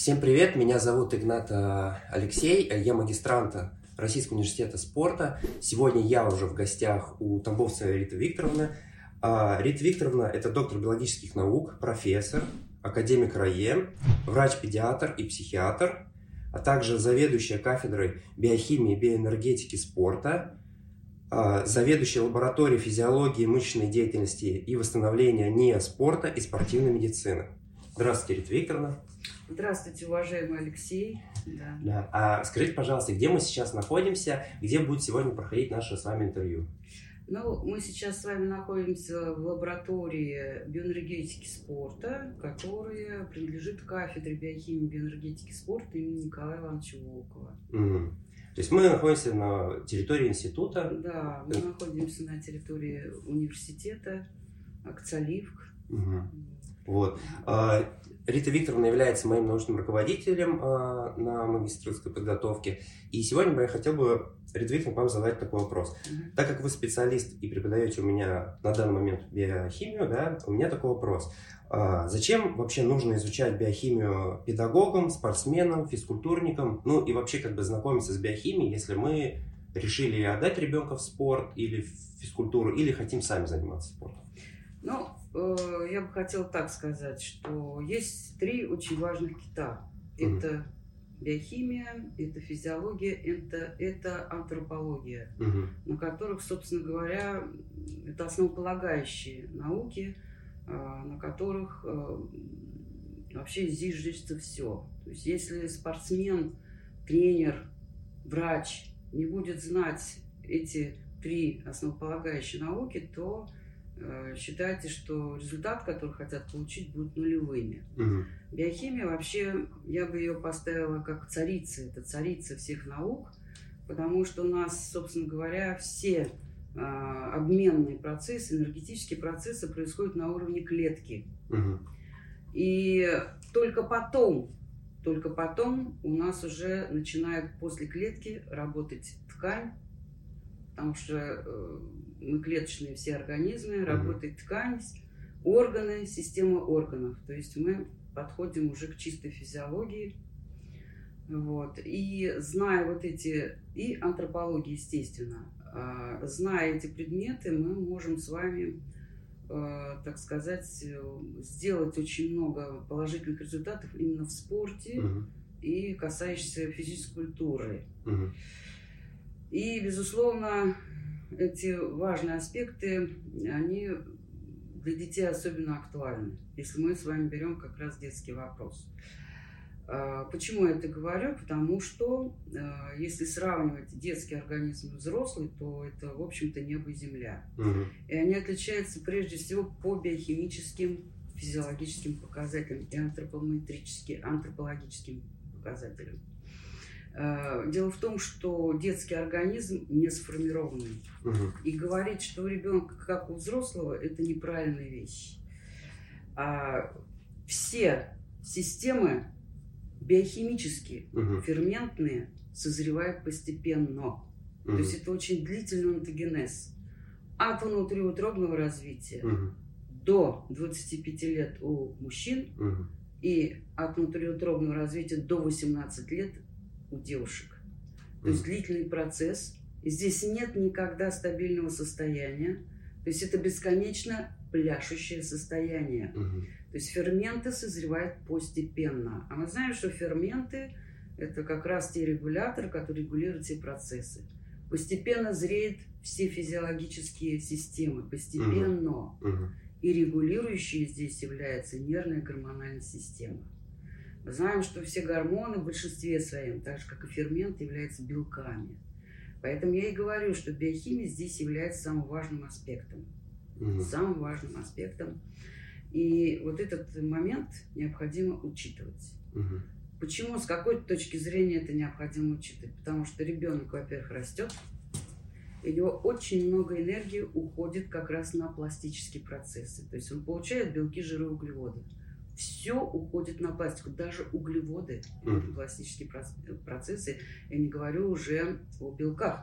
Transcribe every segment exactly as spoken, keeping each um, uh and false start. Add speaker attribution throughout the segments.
Speaker 1: Всем привет, меня зовут Игнат Алексей, я магистрант Российского университета спорта. Сегодня я уже в гостях у Тамбовцевой Риты Викторовны. Рита Викторовна – это доктор биологических наук, профессор, академик РАЕ, врач-педиатр и психиатр, а также заведующая кафедрой биохимии и биоэнергетики спорта, заведующая лабораторией физиологии, мышечной деятельности и восстановления НИА спорта и спортивной медицины. Здравствуйте, Рита Викторовна.
Speaker 2: Здравствуйте, уважаемый Алексей. Да.
Speaker 1: Да. А скажите, пожалуйста, где мы сейчас находимся, где будет сегодня проходить наше с вами интервью?
Speaker 2: Ну, мы сейчас с вами находимся в лаборатории биоэнергетики спорта, которая принадлежит кафедре биохимии и биоэнергетики спорта имени Николая Ивановича Волкова.
Speaker 1: Угу. То есть мы находимся на территории института?
Speaker 2: Да, мы находимся на территории университета Акцаливк.
Speaker 1: Угу. Вот. Рита Викторовна является моим научным руководителем на магистерской подготовке. И сегодня я хотел бы, Рита Викторовна, вам задать такой вопрос. Mm-hmm. Так как вы специалист и преподаете у меня на данный момент биохимию, да, у меня такой вопрос. Зачем вообще нужно изучать биохимию педагогам, спортсменам, физкультурникам, ну и вообще как бы знакомиться с биохимией, если мы решили отдать ребенка в спорт или в физкультуру, или хотим сами заниматься спортом?
Speaker 2: Ну, э, я бы хотела так сказать, что есть три очень важных кита. Mm-hmm. Это биохимия, это физиология, это, это антропология, mm-hmm. на которых, собственно говоря, это основополагающие науки, э, на которых э, вообще здесь зиждется все. То есть если спортсмен, тренер, врач не будет знать эти три основополагающие науки, то считайте, что результат, который хотят получить, будет нулевыми. Угу. Биохимия вообще, я бы ее поставила как царица. Это царица всех наук, потому что у нас, собственно говоря, все а, обменные процессы, энергетические процессы происходят на уровне клетки. Угу. И только потом, только потом у нас уже начинает после клетки работать ткань, потому что э, мы клеточные все организмы, mm-hmm. работает ткань, органы, система органов. То есть мы подходим уже к чистой физиологии. Вот. И зная вот эти, и антропологии, естественно, э, зная эти предметы, мы можем с вами, э, так сказать, сделать очень много положительных результатов именно в спорте mm-hmm. и касающихся физической культуры. Mm-hmm. И, безусловно, эти важные аспекты, они для детей особенно актуальны, если мы с вами берем как раз детский вопрос. Почему я это говорю? Потому что, если сравнивать детский организм и взрослый, то это, в общем-то, небо и земля. Угу. И они отличаются прежде всего по биохимическим, физиологическим показателям и антропометрическим, антропологическим показателям. Дело в том, что детский организм не сформированный. Угу. И говорить, что у ребенка как у взрослого, это неправильная вещь. А все системы биохимические, угу. ферментные, созревают постепенно. Угу. То есть это очень длительный онтогенез. От внутриутробного развития угу. до двадцати пяти лет у мужчин угу. и от внутриутробного развития до восемнадцати лет у девушек. То есть длительный процесс. И здесь нет никогда стабильного состояния. То есть это бесконечно пляшущее состояние. Uh-huh. То есть ферменты созревают постепенно. А мы знаем, что ферменты – это как раз те регуляторы, которые регулируют все процессы. Постепенно зреют все физиологические системы. Постепенно. Uh-huh. И регулирующей здесь является нервная гормональная система. Мы знаем, что все гормоны в большинстве своем, так же как и ферменты, являются белками. Поэтому я и говорю, что биохимия здесь является самым важным аспектом. Mm-hmm. Самым важным аспектом. И вот этот момент необходимо учитывать. Mm-hmm. Почему, с какой точки зрения это необходимо учитывать? Потому что ребенок, во-первых, растет, и у него очень много энергии уходит как раз на пластические процессы. То есть он получает белки, жиры, углеводы. Все уходит на пластику, даже углеводы, mm-hmm. пластические процессы. Я не говорю уже о белках.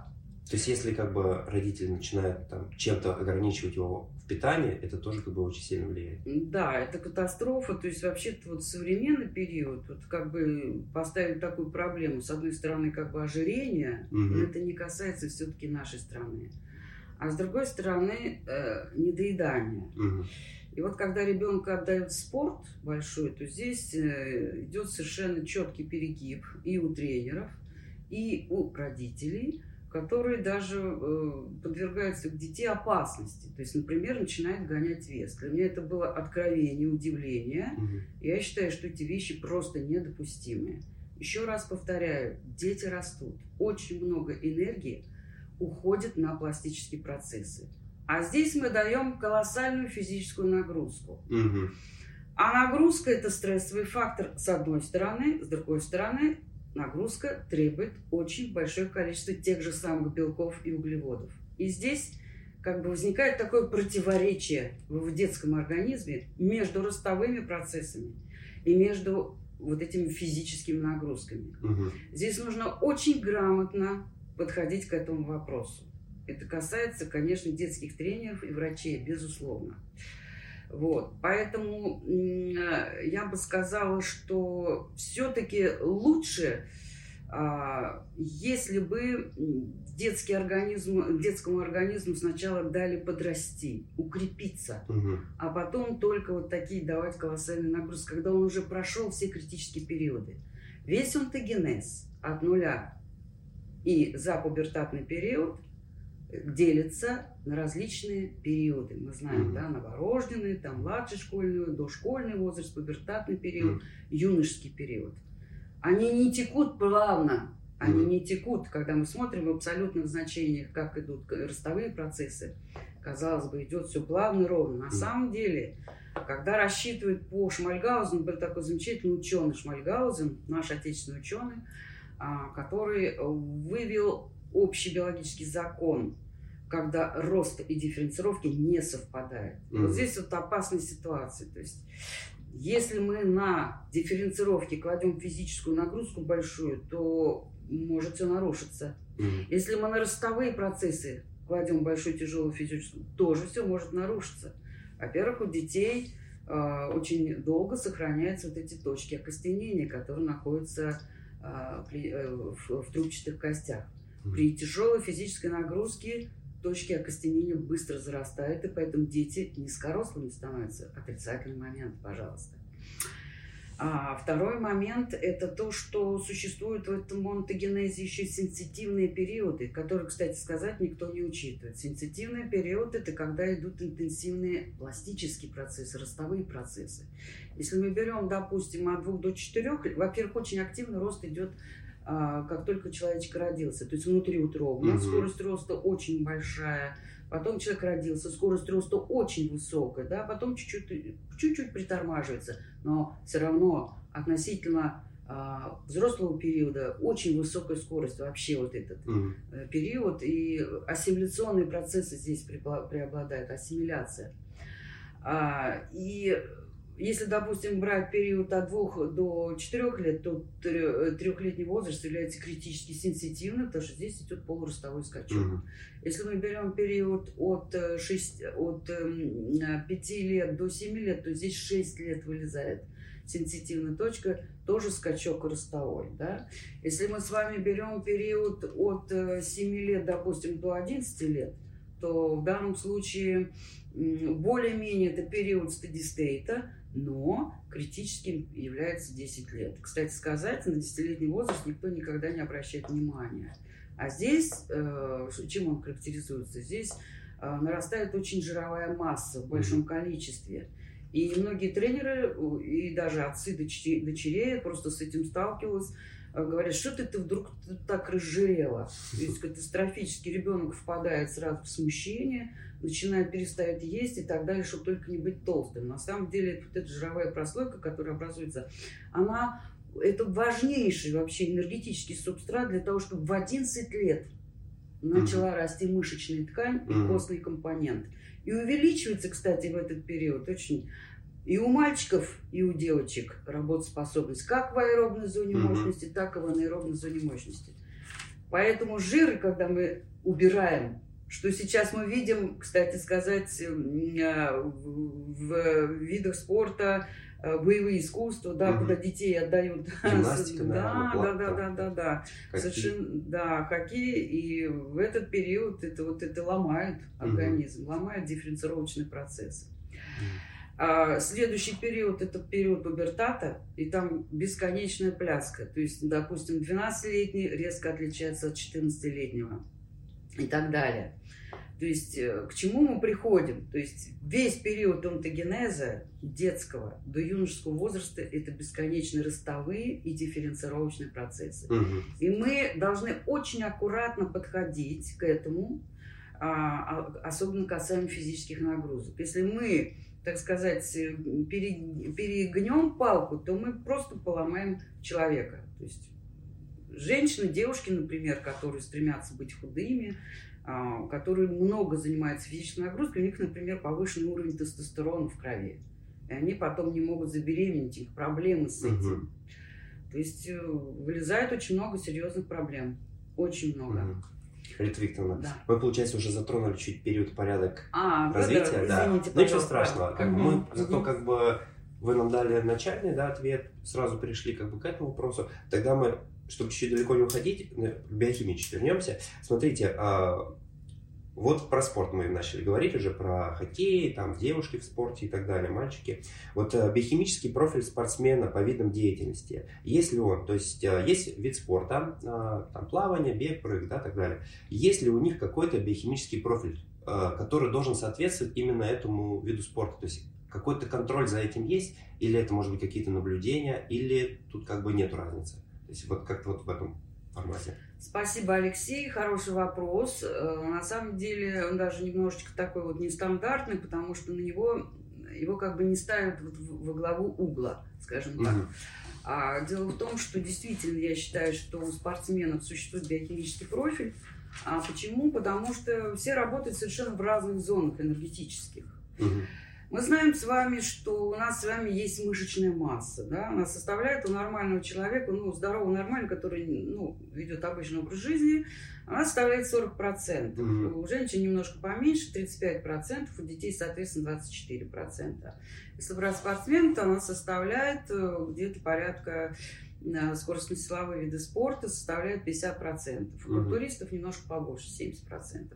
Speaker 1: То есть, если как бы родители начинают там чем-то ограничивать его в питании, это тоже как бы очень сильно влияет.
Speaker 2: Да, это катастрофа. То есть, вообще-то вот современный период, вот как бы поставили такую проблему. С одной стороны, как бы ожирение,
Speaker 1: Угу.
Speaker 2: но это не касается все-таки нашей страны. А с другой стороны, э, недоедание.
Speaker 1: Угу.
Speaker 2: И вот когда ребенка отдают в спорт большой, то здесь э, идет совершенно четкий перегиб и у тренеров, и у родителей, которые даже э, подвергают своих детей опасности. То есть, например, начинают гонять вес. Для меня это было откровение, удивление.
Speaker 1: Угу.
Speaker 2: Я считаю, что эти вещи просто недопустимые. Еще раз повторяю, дети растут. Очень много энергии уходит на пластические процессы. А здесь мы даем колоссальную физическую нагрузку.
Speaker 1: Угу.
Speaker 2: А нагрузка – это стрессовый фактор с одной стороны, с другой стороны – нагрузка требует очень большое количество тех же самых белков и углеводов. И здесь как бы возникает такое противоречие в детском организме между ростовыми процессами и между вот этими физическими нагрузками.
Speaker 1: Угу.
Speaker 2: Здесь нужно очень грамотно подходить к этому вопросу. Это касается, конечно, детских тренеров и врачей, безусловно. Вот. Поэтому я бы сказала, что все-таки лучше, если бы детский организм, детскому организму сначала дали подрасти, укрепиться,
Speaker 1: Угу.
Speaker 2: а потом только вот такие давать колоссальные нагрузки, когда он уже прошел все критические периоды. Весь онтогенез от нуля и за пубертатный период делится на различные периоды. Мы знаем,
Speaker 1: Мгм.
Speaker 2: да, новорожденный, там младший школьный, дошкольный возраст, пубертатный период,
Speaker 1: Мгм.
Speaker 2: юношеский период. Они не текут плавно, они
Speaker 1: Мгм.
Speaker 2: не текут. Когда мы смотрим в абсолютных значениях, как идут ростовые процессы, казалось бы, идет все плавно и ровно. На
Speaker 1: Мгм.
Speaker 2: самом деле, когда рассчитывают по Шмальгаузену, был такой замечательный ученый Шмальгаузен, наш отечественный ученый, а, который вывел общий биологический закон, когда рост и дифференцировки не совпадают. И
Speaker 1: Мгм.
Speaker 2: вот здесь вот опасная ситуация. То есть, если мы на дифференцировке кладем физическую нагрузку большую, то может все нарушиться.
Speaker 1: Мгм.
Speaker 2: Если мы на ростовые процессы кладем большую тяжелую физическую, тоже все может нарушиться. Во-первых, у детей э, очень долго сохраняются вот эти точки окостенения, которые находятся э, при, э, в, в трубчатых костях.
Speaker 1: Мгм.
Speaker 2: При тяжелой физической нагрузке точки окостенения быстро зарастают, и поэтому дети низкорослыми становятся. Отрицательный момент, пожалуйста. А второй момент – это то, что существуют в этом онтогенезе еще сенситивные периоды, которые, кстати сказать, никто не учитывает. Сенситивный период – это когда идут интенсивные пластические процессы, ростовые процессы. Если мы берем, допустим, от двух до четырех, во-первых, очень активный рост идет, а, как только человечек родился. То есть внутриутробно,
Speaker 1: Мгм.
Speaker 2: скорость роста очень большая. Потом человек родился, скорость роста очень высокая, да, потом чуть-чуть, чуть-чуть притормаживается, но все равно относительно а, взрослого периода очень высокая скорость вообще вот этот
Speaker 1: Мгм.
Speaker 2: э, период, и ассимиляционные процессы здесь препла- преобладают, ассимиляция. А, и если, допустим, брать период от двух до четырех лет, то трё- трехлетний возраст является критически сенситивным, потому что здесь идет полуростовой скачок.
Speaker 1: Мгм.
Speaker 2: Если мы берем период от, э, шести, от эм, э, пяти лет до семи лет, то здесь шесть лет вылезает сенситивная точка, тоже скачок ростовой. Да? Если мы с вами берем период от э, семи лет, допустим, до одиннадцати лет, то в данном случае м, более-менее это период steady-state, но критическим является десять лет. Кстати сказать, на десятилетний возраст никто никогда не обращает внимания. А здесь, э, чем он характеризуется? Здесь э, нарастает очень жировая масса в большом количестве. И многие тренеры, э, и даже отцы дочерей, дочерей просто с этим сталкивались, э, говорят, что ты, ты вдруг так разжирела. То есть катастрофически ребенок впадает сразу в смущение, начинает перестает есть и так далее, чтобы только не быть толстым. На самом деле вот эта жировая прослойка, которая образуется, она... Это важнейший вообще энергетический субстрат для того, чтобы в одиннадцать лет начала mm-hmm. расти мышечная ткань и mm-hmm. костный компонент. И увеличивается, кстати, в этот период очень и у мальчиков, и у девочек работоспособность как в аэробной зоне mm-hmm. мощности, так и в анаэробной зоне мощности. Поэтому жиры, когда мы убираем, что сейчас мы видим, кстати сказать, в видах спорта, боевые искусства, да, угу. куда детей отдают.
Speaker 1: Гимнастика,
Speaker 2: да,
Speaker 1: да,
Speaker 2: да, да, да, да, да. Совершенно, да, хоккей. И в этот период это вот это ломает организм, угу. ломает дифференцировочный процесс. А следующий период это период пубертата, и там бесконечная пляска. То есть, допустим, двенадцатилетний резко отличается от четырнадцатилетнего и так далее. То есть, к чему мы приходим? То есть, весь период онтогенеза детского до юношеского возраста – это бесконечные ростовые и дифференцировочные процессы. Угу. И мы должны очень аккуратно подходить к этому, особенно касаемо физических нагрузок. Если мы, так сказать, перегнем палку, то мы просто поломаем человека. То есть, женщины, девушки, например, которые стремятся быть худыми, которые много занимаются физической нагрузкой, у них, например, повышенный уровень тестостерона в крови. И они потом не могут забеременеть, их проблемы с этим. Угу. То есть вылезает очень много серьезных проблем. Очень много.
Speaker 1: Угу. Рита Викторовна, да. Мы, получается, уже затронули чуть период, порядок
Speaker 2: а,
Speaker 1: развития.
Speaker 2: Да,
Speaker 1: да.
Speaker 2: Ну,
Speaker 1: ничего страшного. Как
Speaker 2: угу.
Speaker 1: бы мы,
Speaker 2: угу.
Speaker 1: зато как бы вы нам дали начальный, да, ответ, сразу перешли как бы к этому вопросу. Тогда мы, чтобы чуть далеко не уходить, к биохимии чуть вернемся. Смотрите, вот про спорт мы начали говорить уже, про хоккей, там девушки в спорте и так далее, мальчики. Вот биохимический профиль спортсмена по видам деятельности, есть ли он, то есть есть вид спорта, там плавание, бег, прыг, да, так далее. Есть ли у них какой-то биохимический профиль, который должен соответствовать именно этому виду спорта, то есть какой-то контроль за этим есть, или это может быть какие-то наблюдения, или тут как бы нету разницы. То есть вот как-то вот в этом формате.
Speaker 2: Спасибо, Алексей. Хороший вопрос. На самом деле он даже немножечко такой вот нестандартный, потому что на него его как бы не ставят вот во главу угла, скажем так. Mm-hmm. А дело в том, что действительно я считаю, что у спортсменов существует биохимический профиль. А почему? Потому что все работают совершенно в разных зонах энергетических. Mm-hmm. Мы знаем с вами, что у нас с вами есть мышечная масса, да, она составляет у нормального человека, ну, здорового нормального, который, ну, ведет обычный образ жизни, она составляет сорок процентов. Mm-hmm. У женщин немножко поменьше, тридцать пять процентов, у детей, соответственно, двадцать четыре процента. Если брать спортсмена, то она составляет где-то порядка, скоростно-силовые виды спорта составляют пятьдесят процентов. У культуристов mm-hmm. немножко побольше, семьдесят процентов.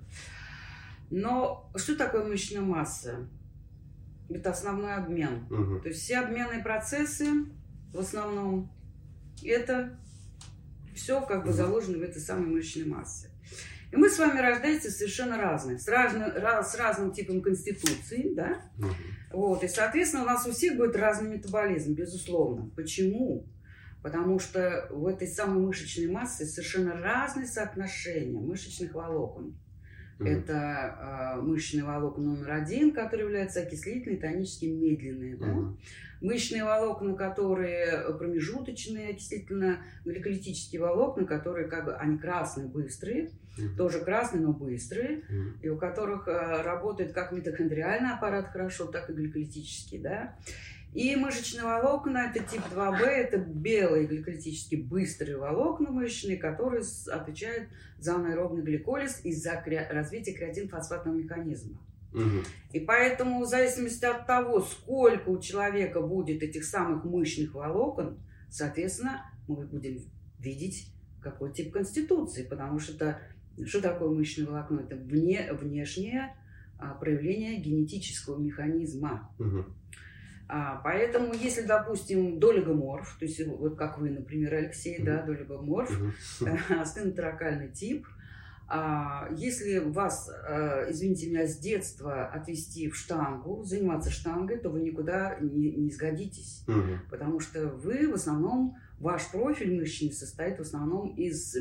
Speaker 2: Но что такое мышечная масса? Это основной обмен. Угу. То есть все обменные процессы в основном это все как бы угу. заложено в этой самой мышечной массе. И мы с вами рождаемся совершенно разные, с, разным, с разным типом конституции, да? Угу. Вот, и, соответственно, у нас у всех будет разный метаболизм, безусловно. Почему? Потому что в этой самой мышечной массе совершенно разные соотношения мышечных волокон. Mm-hmm. Это э, мышечные волокна номер один, которые являются окислительные, тонические, медленные. Да? Mm-hmm. Мышечные волокна, которые промежуточные, окислительно-гликолитические волокна, которые как бы они красные, быстрые, mm-hmm. тоже красные, но быстрые, mm-hmm. и у которых э, работает как митохондриальный аппарат хорошо, так и гликолитический. Да? И мышечные волокна, это тип два бэ, это белые гликолитические быстрые волокна мышечные, которые отвечают за анаэробный гликолиз и за кре... развитие креатинфосфатного механизма. Угу. И поэтому в зависимости от того, сколько у человека будет этих самых мышечных волокон, соответственно, мы будем видеть, какой тип конституции, потому что это, что такое мышечное волокно? Это вне, внешнее а, проявление генетического механизма. Угу. А, поэтому, если, допустим, долигоморф, то есть вот как вы, например, Алексей, mm-hmm. да, долигоморф, mm-hmm. астеноторакальный тип, а, если вас, а, извините меня, с детства отвести в штангу, заниматься штангой, то вы никуда не, не сгодитесь, mm-hmm. потому что вы в основном, ваш профиль мышечный состоит в основном из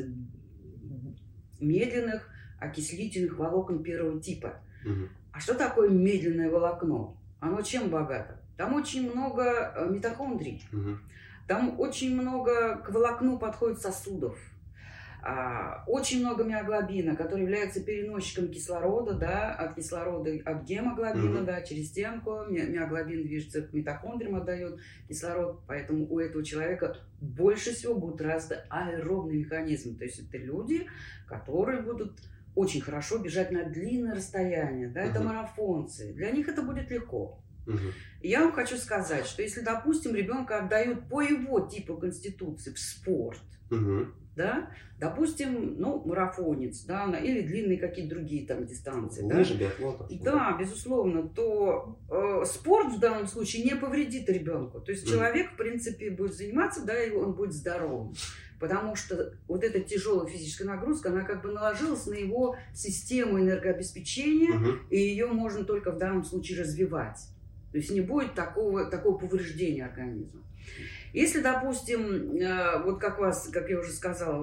Speaker 2: медленных окислительных волокон первого типа. Mm-hmm. А что такое медленное волокно? Оно чем богато? Там очень много митохондрий, угу. там очень много к волокну подходит сосудов. А, очень много миоглобина, который является переносчиком кислорода, да, от кислорода, от гемоглобина, mm-hmm. да, через стенку. Ми- миоглобин движется к митохондриям, отдает кислород, поэтому у этого человека больше всего будут развиты аэробные механизмы. То есть это люди, которые будут очень хорошо бежать на длинное расстояние, да, mm-hmm. это марафонцы. Для них это будет легко. Mm-hmm. И я вам хочу сказать, что если, допустим, ребенка отдают по его типу конституции в спорт, mm-hmm. да, допустим, ну, марафонец, да, или длинные какие-то другие там дистанции,
Speaker 1: лыжи,
Speaker 2: да,
Speaker 1: биатлон,
Speaker 2: да, да, безусловно, то э, спорт в данном случае не повредит ребенку. То есть mm-hmm. человек, в принципе, будет заниматься, да, и он будет здоровым. Потому что вот эта тяжелая физическая нагрузка, она как бы наложилась на его систему энергообеспечения, mm-hmm. и ее можно только в данном случае развивать. То есть не будет такого, такого повреждения организма. Если, допустим, вот как вас, как я уже сказала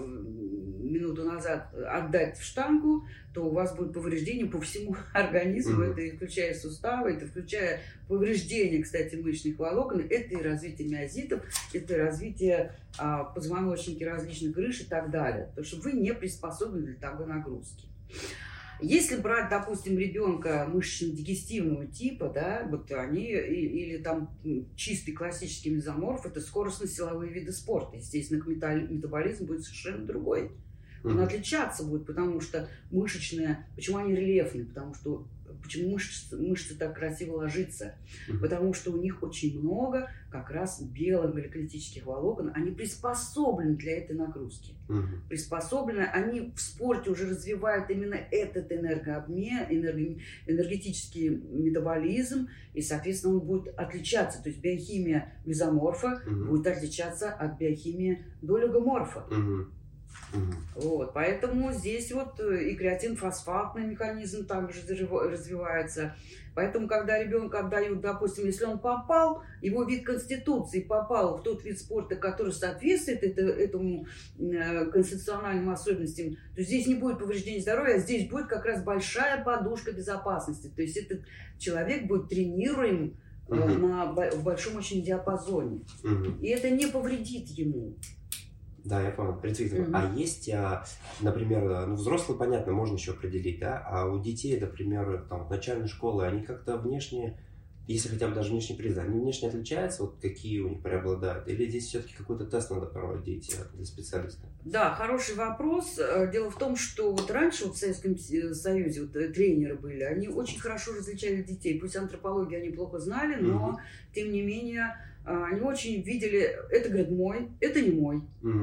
Speaker 2: минуту назад, отдать в штангу, то у вас будет повреждение по всему организму, mm-hmm. это включая суставы, это включая повреждение, кстати, мышечных волокон, это и развитие миозитов, это и развитие а, позвоночники различных грыж и так далее, потому что вы не приспособлены для такой нагрузки. Если брать, допустим, ребенка мышечно-дигестивного типа, да, вот они, или, или там чистый классический мезоморф, это скоростно-силовые виды спорта. Естественно, метаболизм будет совершенно другой. Он mm-hmm. отличаться будет, потому что мышечные, почему они рельефные, потому что почему мышцы, мышцы так красиво ложатся, mm-hmm. потому что у них очень много как раз белых гликолитических волокон, они приспособлены для этой нагрузки. Mm-hmm. Приспособлены, они в спорте уже развивают именно этот энергообмен, энерго, энергетический метаболизм, и, соответственно, он будет отличаться. То есть биохимия мезоморфа mm-hmm. будет отличаться от биохимии долигоморфа. Mm-hmm. Mm-hmm. Вот, поэтому здесь вот и креатинфосфатный механизм также развивается. Поэтому, когда ребенка отдают, допустим, если он попал, его вид конституции попал в тот вид спорта, который соответствует это, этому э, конституциональным особенностям, то здесь не будет повреждения здоровья, а здесь будет как раз большая подушка безопасности. То есть этот человек будет тренируем э, mm-hmm. на, в большом очень диапазоне. Mm-hmm. И это не повредит ему.
Speaker 1: Да, я понял. Mm-hmm. А есть, например, ну, взрослые, понятно, можно еще определить, да, а у детей, например, там, начальной школы, они как-то внешне, если хотя бы даже внешний признак, они внешне отличаются, вот какие у них преобладают? Или здесь все-таки какой-то тест надо проводить для специалиста?
Speaker 2: Да, хороший вопрос. Дело в том, что вот раньше вот в Советском Союзе вот, тренеры были, они очень хорошо различали детей. Пусть антропологию они плохо знали, но, mm-hmm. тем не менее, они очень видели, это, говорит, мой, это не мой.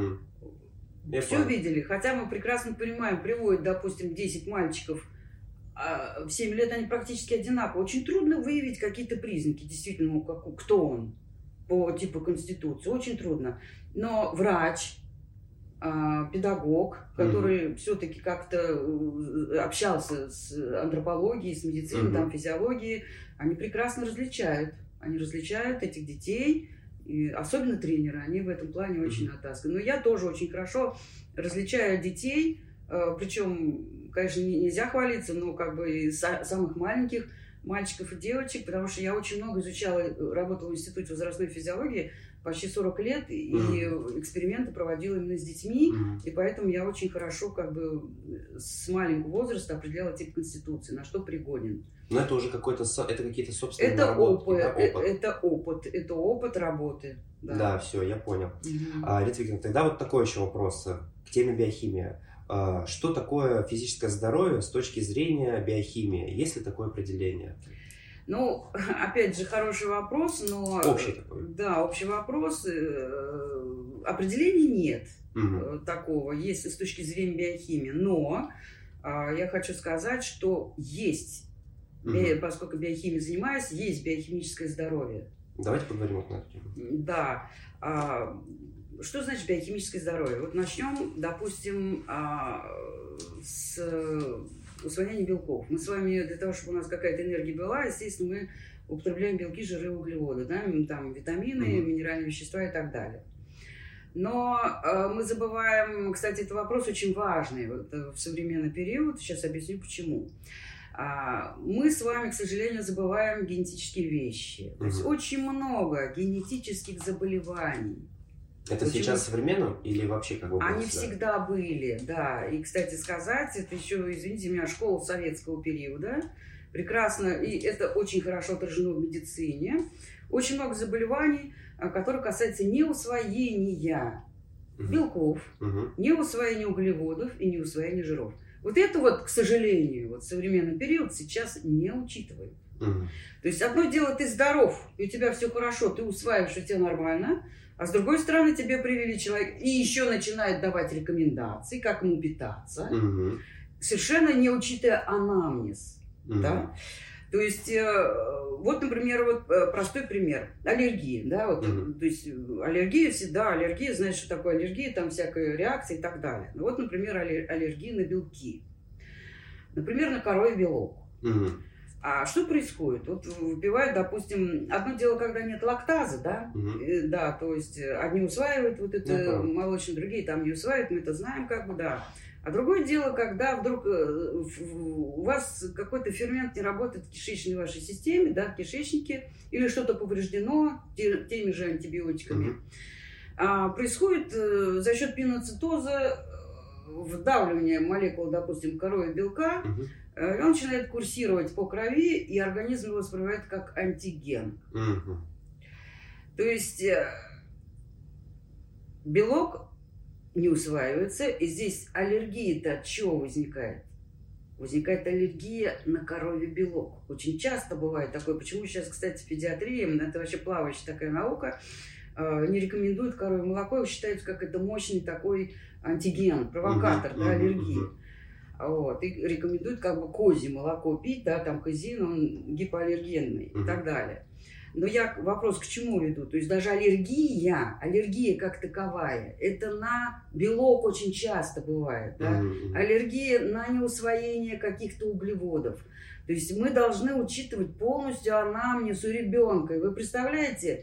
Speaker 2: Угу. Все видели. Хотя мы прекрасно понимаем, приводят, допустим, десять мальчиков, а в семь лет они практически одинаковые. Очень трудно выявить какие-то признаки, действительно, ну, как, кто он по типу конституции. Очень трудно. Но врач, педагог, который угу. все-таки как-то общался с антропологией, с медициной, угу. там, физиологией, они прекрасно различают. Они различают этих детей, и особенно тренеры, они в этом плане очень натасканы. Но я тоже очень хорошо различаю детей, причем, конечно, нельзя хвалиться, но как бы и самых маленьких мальчиков и девочек, потому что я очень много изучала, работала в Институте возрастной физиологии почти сорок лет, и mm-hmm. эксперименты проводила именно с детьми, mm-hmm. и поэтому я очень хорошо как бы с маленького возраста определяла тип конституции, на что пригоден.
Speaker 1: Но это уже какой-то, это какие-то собственные
Speaker 2: это
Speaker 1: наработки,
Speaker 2: опыт,
Speaker 1: да? опыт.
Speaker 2: Это опыт, это опыт работы. Да,
Speaker 1: да все, я понял. Mm-hmm. А, Рита Викторовна, тогда вот такой еще вопрос к теме биохимия. А, что такое физическое здоровье с точки зрения биохимии? Есть ли такое определение?
Speaker 2: Ну, опять же, хороший вопрос, но...
Speaker 1: Общий такой.
Speaker 2: Да, общий вопрос. Определения нет угу. такого, если с точки зрения биохимии. Но я хочу сказать, что есть, угу. поскольку биохимией занимаюсь, есть биохимическое здоровье.
Speaker 1: Давайте поговорим вот на эту тему.
Speaker 2: Да. Что значит биохимическое здоровье? Вот начнем, допустим, с... усвоение белков. Мы с вами для того, чтобы у нас какая-то энергия была, естественно, мы употребляем белки, жиры, углеводы, да, там витамины, mm-hmm. минеральные вещества и так далее. Но э, мы забываем, кстати, это вопрос очень важный вот, в современный период, сейчас объясню почему. А, мы с вами, к сожалению, забываем генетические вещи. Mm-hmm. То есть очень много генетических заболеваний.
Speaker 1: Это
Speaker 2: Почему?
Speaker 1: сейчас современно или вообще как бы было
Speaker 2: Они
Speaker 1: всегда?
Speaker 2: всегда были, да. И, кстати сказать, это еще, извините меня, школа советского периода. Прекрасно, и это очень хорошо отражено в медицине. Очень много заболеваний, которые касаются неусвоения
Speaker 1: Угу.
Speaker 2: белков,
Speaker 1: Угу.
Speaker 2: неусвоения углеводов и неусвоения жиров. Вот это вот, к сожалению, вот современный период сейчас не учитывает.
Speaker 1: Угу.
Speaker 2: То есть одно дело, ты здоров, и у тебя все хорошо, ты усваиваешь, у тебя нормально, а с другой стороны тебе привели человека, и еще начинают давать рекомендации, как ему питаться,
Speaker 1: Угу.
Speaker 2: совершенно не учитывая анамнез.
Speaker 1: Угу.
Speaker 2: Да? То есть, вот, например, вот простой пример. Аллергия. Да? Вот,
Speaker 1: Мгм.
Speaker 2: то есть, аллергия всегда, аллергия, знаешь, что такое аллергия, там всякая реакция и так далее. Ну, вот, например, аллер- аллергия на белки. Например, на коровий белок.
Speaker 1: Угу.
Speaker 2: А что происходит? Вот выпивают, допустим, одно дело, когда нет лактазы, да?
Speaker 1: Мгм.
Speaker 2: Э, Да, то есть одни усваивают вот это
Speaker 1: Ну, да.
Speaker 2: молочное, другие там не усваивают, мы это знаем, как бы, да. А другое дело, когда вдруг э, в- у вас какой-то фермент не работает в кишечной вашей системе, да, в кишечнике, или что-то повреждено те- теми же антибиотиками.
Speaker 1: Мгм.
Speaker 2: А, происходит э, за счет пиноцитоза э, вдавливание молекул, допустим, коровьего белка,
Speaker 1: Мгм.
Speaker 2: э, и он начинает курсировать по крови, и организм его воспринимает как антиген.
Speaker 1: Мгм.
Speaker 2: То есть э, белок не усваивается, и здесь аллергия-то от чего возникает? Возникает аллергия на коровий белок. Очень часто бывает такое. Почему сейчас, кстати, в педиатрии, это вообще плавающая такая наука, э, не рекомендуют коровье молоко, его считают как это мощный такой антиген, провокатор,
Speaker 1: Мгм.
Speaker 2: да,
Speaker 1: Мгм.
Speaker 2: аллергии.
Speaker 1: Мгм.
Speaker 2: Вот. И рекомендуют как бы козье молоко пить, да, там казеин, он гипоаллергенный
Speaker 1: Мгм.
Speaker 2: и так далее. Но я вопрос к чему веду? То есть даже аллергия, аллергия как таковая, это на белок очень часто бывает, да?
Speaker 1: Мгм.
Speaker 2: Аллергия на неусвоение каких-то углеводов. То есть мы должны учитывать полностью анамнез у ребенка. И вы представляете,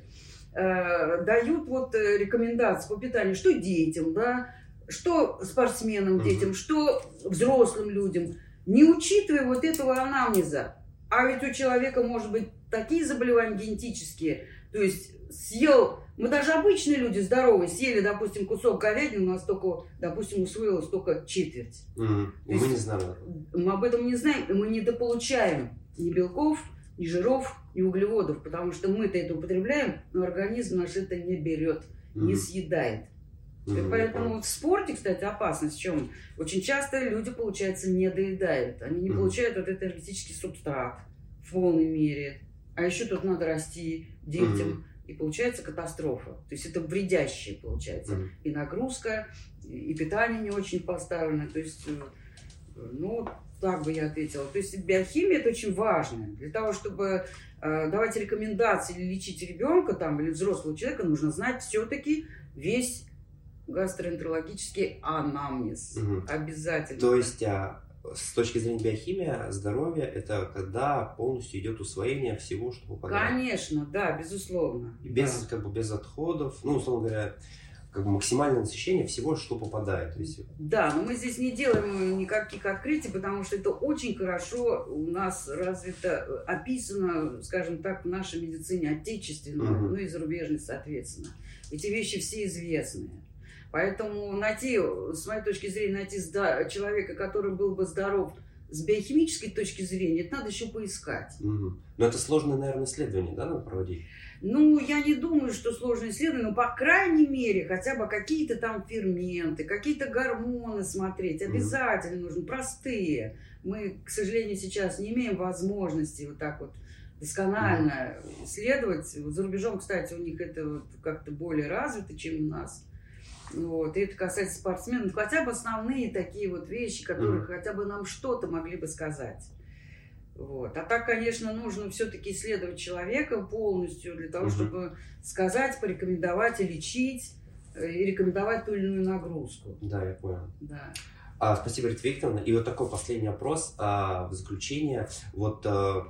Speaker 2: э, дают вот э, рекомендации по питанию, что детям, да, что спортсменам,
Speaker 1: Мгм.
Speaker 2: детям, что взрослым людям, не учитывая вот этого анамнеза. А ведь у человека может быть такие заболевания генетические, то есть съел, мы даже обычные люди здоровые, съели, допустим, кусок говядины, у нас только, допустим, усвоилось только четверть.
Speaker 1: Мгм. И
Speaker 2: То
Speaker 1: мы
Speaker 2: есть-
Speaker 1: не знаем.
Speaker 2: Мы об этом не знаем, и мы недополучаем ни белков, ни жиров, ни углеводов, потому что мы-то это употребляем, но организм наш это не берет, не
Speaker 1: Мгм.
Speaker 2: съедает. И
Speaker 1: Мгм.
Speaker 2: поэтому
Speaker 1: Я
Speaker 2: вот в спорте, кстати, опасность в чем? Очень часто люди, получается, не доедают. Они не
Speaker 1: Мгм.
Speaker 2: получают вот этот энергетический субстрат в полной мере. А еще тут надо расти детям.
Speaker 1: Мгм.
Speaker 2: И получается катастрофа. То есть это вредящее получается.
Speaker 1: Мгм.
Speaker 2: И нагрузка, и и питание не очень поставлено. То есть, э, ну, так бы я ответила. То есть биохимия это очень важно. Для того, чтобы э, давать рекомендации или лечить ребенка там, или взрослого человека, нужно знать все-таки весь гастроэнтерологический анамнез.
Speaker 1: Мгм.
Speaker 2: Обязательно.
Speaker 1: То есть, а, с точки зрения биохимии, здоровье это когда полностью идет усвоение всего, что попадает.
Speaker 2: Конечно, да, безусловно.
Speaker 1: И без,
Speaker 2: Да.
Speaker 1: как бы, без отходов, ну, условно говоря, как бы максимальное насыщение всего, что попадает. То есть,
Speaker 2: Да, но мы здесь не делаем никаких открытий, потому что это очень хорошо у нас развито, описано, скажем так, в нашей медицине отечественной,
Speaker 1: Мгм.
Speaker 2: ну и зарубежной, соответственно. Эти вещи все известные. Поэтому найти, с моей точки зрения, найти зда- человека, который был бы здоров с биохимической точки зрения, это надо еще поискать.
Speaker 1: мгм. Но это сложное, наверное, исследование, да, надо проводить?
Speaker 2: Ну, я не думаю, что сложно исследовать, но, по крайней мере, хотя бы какие-то там ферменты, какие-то гормоны смотреть
Speaker 1: Мгм.
Speaker 2: обязательно нужно, простые. Мы, к сожалению, сейчас не имеем возможности вот так вот досконально исследовать. Вот за рубежом, кстати, у них это вот как-то более развито, чем у нас. Вот. И это касается спортсменов. Хотя бы основные такие вот вещи, которые
Speaker 1: Мгм.
Speaker 2: хотя бы нам что-то могли бы сказать. Вот. А так, конечно, нужно все-таки исследовать человека полностью для того,
Speaker 1: Мгм.
Speaker 2: чтобы сказать, порекомендовать и лечить, э, и рекомендовать ту или иную нагрузку.
Speaker 1: Да, я понял.
Speaker 2: Да.
Speaker 1: А, спасибо, Рита Викторовна. И вот такой последний вопрос а, в заключение. Вот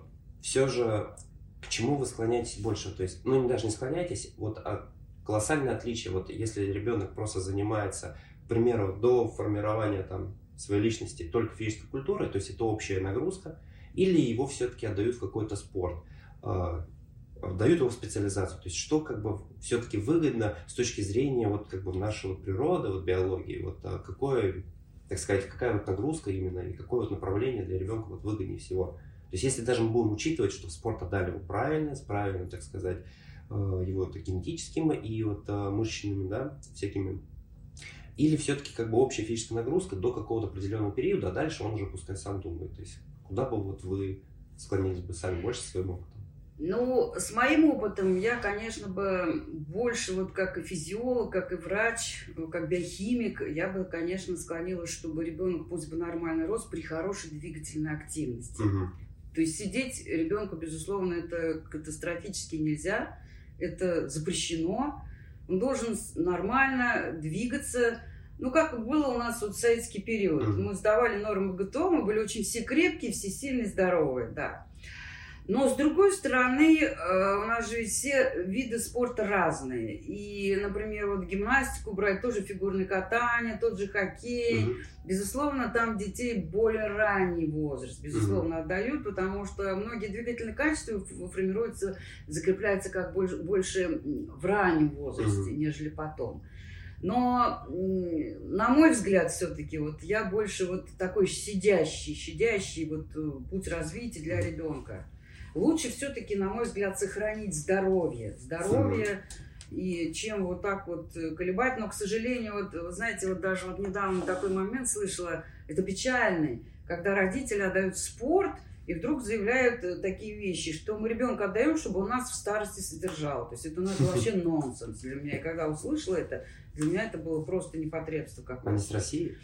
Speaker 1: все же к чему вы склоняетесь больше? То есть, ну, даже не склоняетесь, вот а, колоссальное отличие, вот если ребенок просто занимается, к примеру, до формирования там своей личности только физической культурой, то есть это общая нагрузка, или его все-таки отдают в какой-то спорт. А, дают его в специализацию. То есть что как бы все-таки выгодно с точки зрения вот как бы нашей вот природы, вот биологии, вот какое, так сказать, какая вот нагрузка именно и какое вот направление для ребенка вот выгоднее всего. То есть если даже мы будем учитывать, что спорт отдали его правильно, с правильным, так сказать, его вот генетическими и вот мышечными, да, всякими, или все-таки как бы общая физическая нагрузка до какого-то определенного периода, а дальше он уже пускай сам думает. То есть куда бы вот вы склонились бы сами больше своим опытом?
Speaker 2: Ну, с моим опытом я, конечно, бы больше вот как и физиолог, как и врач, как биохимик, я бы, конечно, склонилась, чтобы ребенок пусть бы нормально рос при хорошей двигательной активности.
Speaker 1: Угу.
Speaker 2: То есть сидеть ребенку, безусловно, это катастрофически нельзя, это запрещено. Он должен нормально двигаться. Ну, как было у нас вот в советский период.
Speaker 1: Mm-hmm.
Speaker 2: Мы сдавали нормы ГТО, мы были очень все крепкие, все сильные, здоровые, да. Но, с другой стороны, у нас же все виды спорта разные. И, например, вот гимнастику брать, тоже фигурное катание, тот же хоккей. Mm-hmm. Безусловно, там детей более ранний возраст, безусловно, mm-hmm. отдают, потому что многие двигательные качества формируются, закрепляются как больше, больше в раннем возрасте, mm-hmm. нежели потом. Но, на мой взгляд, все-таки вот я больше вот такой щадящий, щадящий вот путь развития для ребенка. Лучше все-таки, на мой взгляд, сохранить здоровье. Здоровье, и чем вот так вот колебать. Но, к сожалению, вот, вы знаете, вот даже вот недавно такой момент слышала, это печальный, когда родители отдают спорт и вдруг заявляют такие вещи, что мы ребенка отдаем, чтобы он нас в старости содержал. То есть это, ну, это вообще нонсенс для меня. И когда услышала это, для меня это было просто непотребство какое-то.
Speaker 1: Они с России?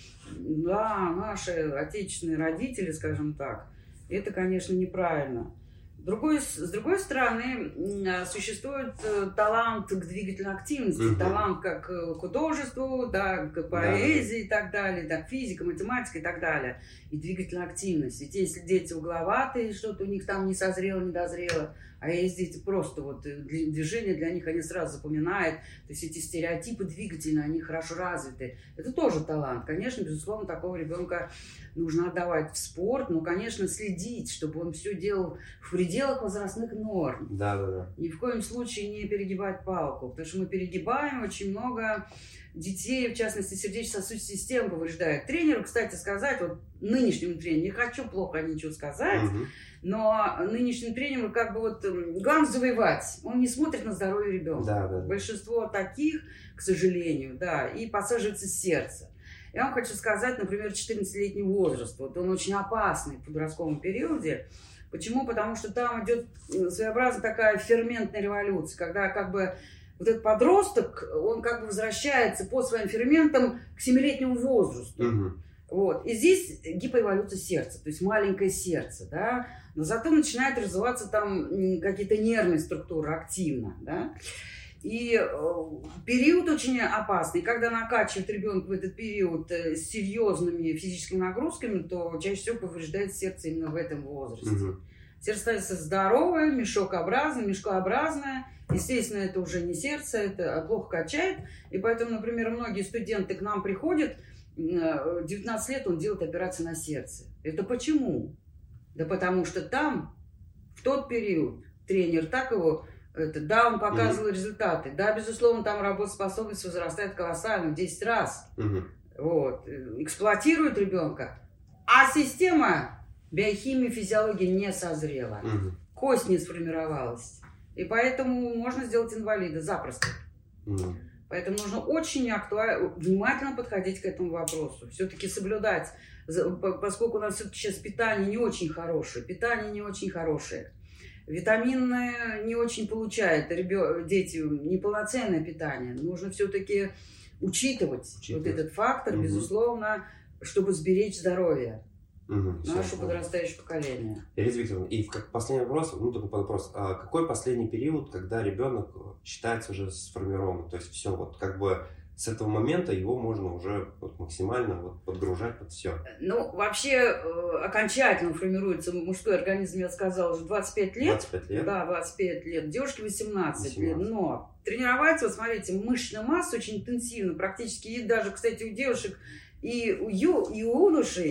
Speaker 2: Да, наши отечественные родители, скажем так. Это, конечно, неправильно. Другой, с другой стороны, существует талант к двигательной активности, угу. талант как к художеству, да, к поэзии, да, и так далее, да, физика, математика и так далее. И двигательная активность. Ведь если дети угловатые, что-то у них там не созрело, не дозрело, а есть дети просто вот движения для них они сразу запоминают, то есть эти стереотипы двигательные, они хорошо развиты. Это тоже талант. Конечно, безусловно, такого ребенка нужно отдавать в спорт, но, конечно, следить, чтобы он все делал в пределах возрастных норм.
Speaker 1: Да, да, да.
Speaker 2: Ни в коем случае не перегибать палку, потому что мы перегибаем, очень много детей, в частности, сердечно-сосудистой системы повреждает. Тренеру, кстати, сказать, вот нынешнему тренеру, не хочу плохо ничего сказать, угу. но нынешнему тренеру как бы вот главное завоевать. Он не смотрит на здоровье ребенка.
Speaker 1: Да, да, да.
Speaker 2: Большинство таких, к сожалению, да, и подсаживается сердце. Я вам хочу сказать, например, четырнадцатилетний возраст. Вот он очень опасный в подростковом периоде. Почему? Потому что там идет своеобразная такая ферментная революция, когда как бы вот этот подросток, он как бы возвращается по своим ферментам к семилетнему возрасту. Угу. Вот. И здесь гипоэволюция сердца, то есть маленькое сердце, да, но зато начинает развиваться там какие-то нервные структуры активно, да. И э, период очень опасный. Когда накачивают ребенка в этот период э, с серьезными физическими нагрузками, то чаще всего повреждает сердце именно в этом возрасте. Угу. Сердце становится здоровое, мешокообразное, мешкообразное. Естественно, это уже не сердце, это плохо качает. И поэтому, например, многие студенты к нам приходят, в девятнадцать лет он делает операцию на сердце. Это почему? Да потому что там, в тот период, тренер так его... Это, да, он показывал mm-hmm. результаты. Да, безусловно, там работоспособность возрастает колоссально, в десять раз. Mm-hmm. Вот. Эксплуатирует ребенка. А система биохимии, физиологии не созрела. Mm-hmm. Кость не сформировалась. И поэтому можно сделать инвалида запросто. Mm-hmm. Поэтому нужно очень актуально, внимательно подходить к этому вопросу. Все-таки соблюдать, поскольку у нас все-таки сейчас питание не очень хорошее. Питание не очень хорошее. Витаминное не очень получают ребё... дети, неполноценное питание. Нужно все-таки учитывать, учитывать вот этот фактор, угу. безусловно, чтобы сберечь здоровье угу, наше подрастающее поколение.
Speaker 1: Елизавета Викторовна, и как последний вопрос, ну такой вопрос, а какой последний период, когда ребенок считается уже сформирован? То есть все, вот как бы с этого момента его можно уже вот максимально вот подгружать под все.
Speaker 2: Ну, вообще, э, окончательно формируется мужской организм, я сказала, уже двадцать пять лет.
Speaker 1: двадцать пять лет?
Speaker 2: Да, двадцать пять лет. Девушке восемнадцать,
Speaker 1: восемнадцать
Speaker 2: лет. Но тренировать, вот смотрите, мышечная масса очень интенсивно, практически, и даже, кстати, у девушек и у, ю, и у юношей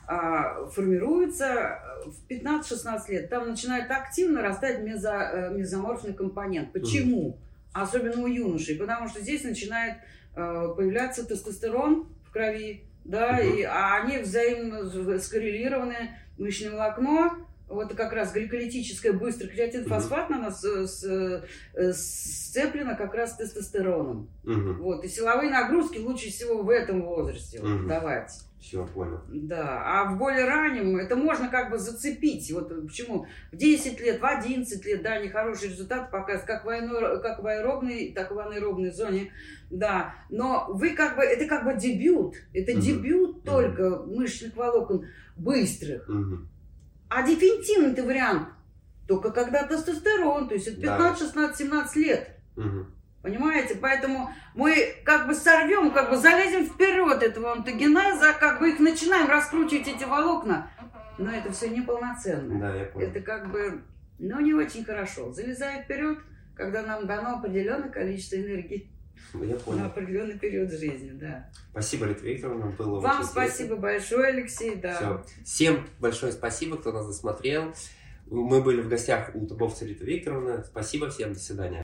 Speaker 2: а, формируется в пятнадцать-шестнадцать лет. Там начинает активно растать мезо, мезоморфный компонент. Почему? Mm. Особенно у юношей. Потому что здесь начинает а, появляться тестостерон в крови, да, mm-hmm. и, а они взаимно скоррелированы, мышечное волокно. Вот как раз гликолитическое быстрый креатинфосфат mm-hmm. на нас с, с, сцеплено как раз с тестостероном. Mm-hmm. Вот. И силовые нагрузки лучше всего в этом возрасте mm-hmm. давать.
Speaker 1: Все, понял.
Speaker 2: Да. А в более раннем это можно как бы зацепить. Вот почему в десять лет, в одиннадцать лет, да, они хорошие результаты показывают, как в, аэро, как в аэробной, так и в анаэробной зоне. Да. Но вы как бы, это как бы дебют. Это mm-hmm. дебют mm-hmm. только мышечных волокон быстрых. Mm-hmm. А дефинитивный вариант только когда тестостерон, то есть это пятнадцать, шестнадцать, семнадцать лет. Угу. Понимаете? Поэтому мы как бы сорвем, как бы залезем вперед этого онтогенеза, как бы их начинаем раскручивать, эти волокна. Но это все неполноценно.
Speaker 1: Да, я понял.
Speaker 2: Это как бы, ну, не очень хорошо. Залезая вперед, когда нам дано определенное количество энергии.
Speaker 1: Я понял.
Speaker 2: На определенный период жизни, да.
Speaker 1: Спасибо, Рита Викторовна, было
Speaker 2: Вам
Speaker 1: очень
Speaker 2: спасибо интересно. Большое, Алексей, да.
Speaker 1: Все. Всем большое спасибо, кто нас досмотрел. Мы были в гостях у тамбовца Риты Викторовны. Спасибо всем, до свидания.